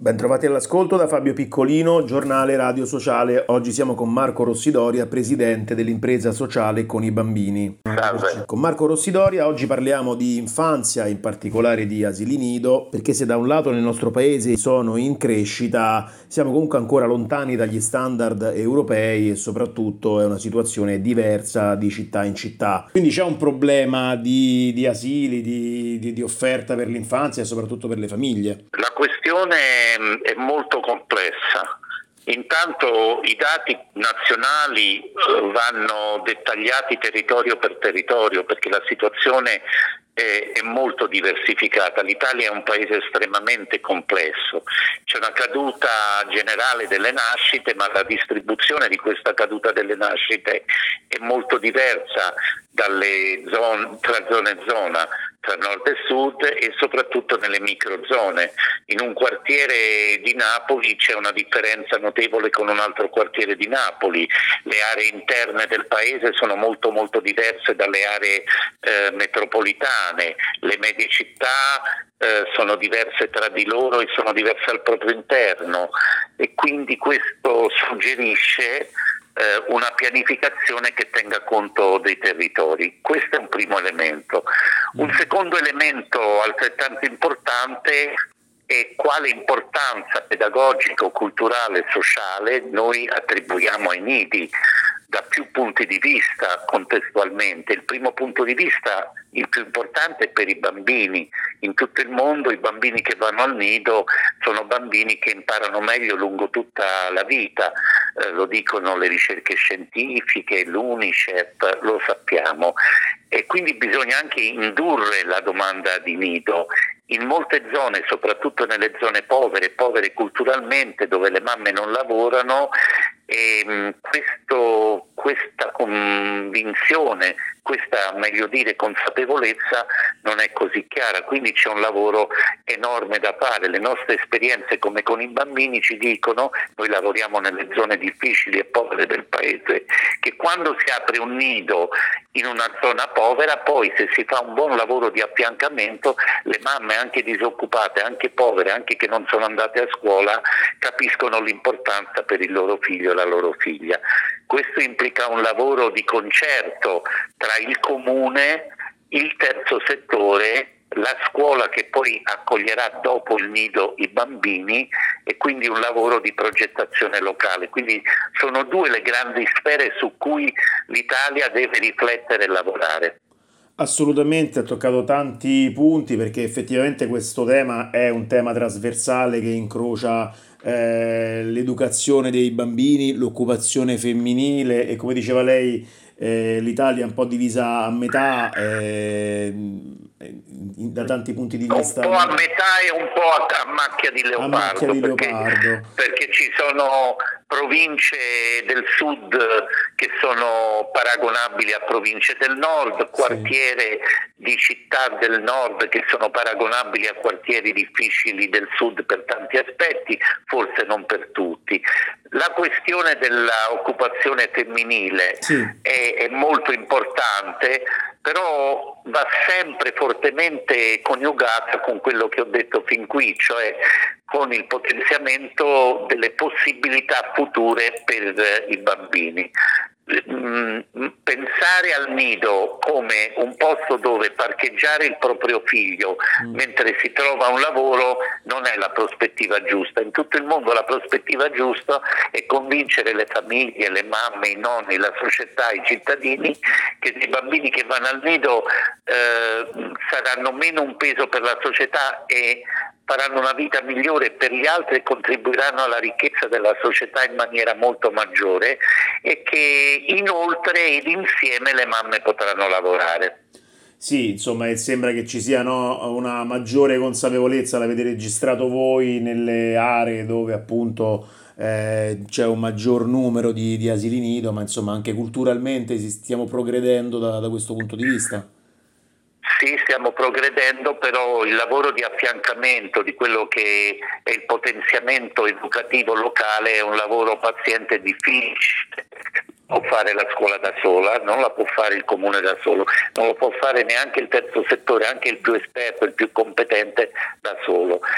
Bentrovati all'ascolto da Fabio Piccolino, giornale Radio Sociale. Oggi siamo con Marco Rossidoria, presidente dell'impresa sociale Con i Bambini. Salve. Con Marco Rossidoria oggi parliamo di infanzia, in particolare di asili nido, perché se da un lato nel nostro paese sono in crescita, siamo comunque ancora lontani dagli standard europei e soprattutto è una situazione diversa di città in città. Quindi c'è un problema di asili, di offerta per l'infanzia e soprattutto per le famiglie. La questione è molto complessa. Intanto i dati nazionali vanno dettagliati territorio per territorio perché la situazione è molto diversificata. L'Italia è un paese estremamente complesso. C'è una caduta generale delle nascite, ma la distribuzione di questa caduta delle nascite è molto diversa dalle zone, tra zona e zona, tra nord e sud e soprattutto nelle microzone. In un quartiere di Napoli c'è una differenza notevole con un altro quartiere di Napoli. Le aree interne del paese sono molto molto diverse dalle aree metropolitane. Le medie città sono diverse tra di loro e sono diverse al proprio interno e quindi questo suggerisce una pianificazione che tenga conto dei territori. Questo è un primo elemento. Un secondo elemento altrettanto importante è quale importanza pedagogica, culturale e sociale noi attribuiamo ai nidi da più punti di vista contestualmente. Il primo punto di vista, il più importante, è per i bambini. In tutto il mondo i bambini che vanno al nido sono bambini che imparano meglio lungo tutta la vita, lo dicono le ricerche scientifiche, l'UNICEF, lo sappiamo. E quindi bisogna anche indurre la domanda di nido. In molte zone, soprattutto nelle zone povere culturalmente, dove le mamme non lavorano, questa convinzione, questa meglio dire consapevolezza non è così chiara, quindi c'è un lavoro enorme da fare. Le nostre esperienze come Con i Bambini ci dicono, noi lavoriamo nelle zone difficili e povere del paese, che quando si apre un nido in una zona povera, poi se si fa un buon lavoro di affiancamento, le mamme anche disoccupate, anche povere, anche che non sono andate a scuola, capiscono l'importanza per il loro figlio e la loro figlia. Questo implica un lavoro di concerto tra il comune, il terzo settore, la scuola che poi accoglierà dopo il nido i bambini e quindi un lavoro di progettazione locale. Quindi sono due le grandi sfere su cui l'Italia deve riflettere e lavorare. Assolutamente, ha toccato tanti punti perché effettivamente questo tema è un tema trasversale che incrocia l'educazione dei bambini, l'occupazione femminile e come diceva lei l'Italia è un po' divisa a metà da tanti punti di vista. Un po' a metà e un po' a macchia di leopardo, perché ci sono province del sud che sono paragonabili a province del nord, quartiere di città del nord che sono paragonabili a quartieri difficili del sud per tanti aspetti, forse non per tutti. La questione dell'occupazione femminile è molto importante, però va sempre fortemente coniugata con quello che ho detto fin qui, cioè con il potenziamento delle possibilità future per i bambini. Pensare al nido come un posto dove parcheggiare il proprio figlio mentre si trova un lavoro non è la prospettiva giusta. In tutto il mondo la prospettiva giusta è convincere le famiglie, le mamme, i nonni, la società, i cittadini che i bambini che vanno al nido saranno meno un peso per la società e faranno una vita migliore per gli altri e contribuiranno alla ricchezza della società in maniera molto maggiore e che inoltre ed insieme le mamme potranno lavorare. Sì, insomma, sembra che ci sia una maggiore consapevolezza, l'avete registrato voi nelle aree dove appunto c'è un maggior numero di asili nido, ma insomma anche culturalmente stiamo progredendo da questo punto di vista. Sì, stiamo progredendo, però il lavoro di affiancamento di quello che è il potenziamento educativo locale è un lavoro paziente e difficile. Non può fare la scuola da sola, non la può fare il comune da solo, non lo può fare neanche il terzo settore, anche il più esperto, il più competente da solo. Ci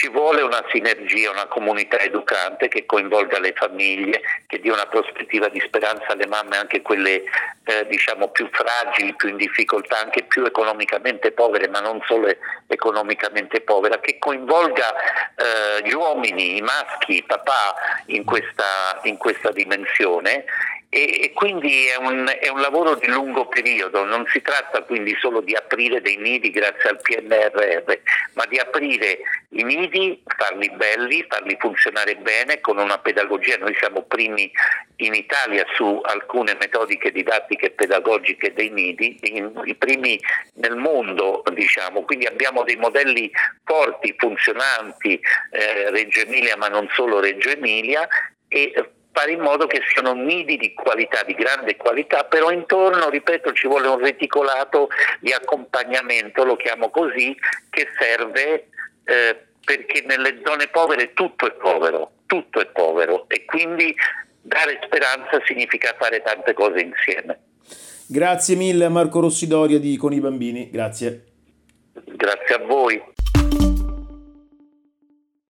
ci vuole una sinergia, una comunità educante che coinvolga le famiglie, che dia una prospettiva di speranza alle mamme, anche quelle diciamo più fragili, più in difficoltà, anche più economicamente povere, ma non solo economicamente povere, che coinvolga gli uomini, i maschi, i papà in questa dimensione. E quindi è un lavoro di lungo periodo, non si tratta quindi solo di aprire dei nidi grazie al PNRR, ma di aprire i nidi, farli belli, farli funzionare bene con una pedagogia. Noi siamo primi in Italia su alcune metodiche didattiche e pedagogiche dei nidi, i primi nel mondo, diciamo, quindi abbiamo dei modelli forti, funzionanti, Reggio Emilia ma non solo Reggio Emilia, e fare in modo che siano nidi di qualità, di grande qualità, però intorno, ripeto, ci vuole un reticolato di accompagnamento, lo chiamo così, che serve perché nelle zone povere tutto è povero e quindi dare speranza significa fare tante cose insieme. Grazie mille a Marco Rossidoria di Con i Bambini, grazie. Grazie a voi.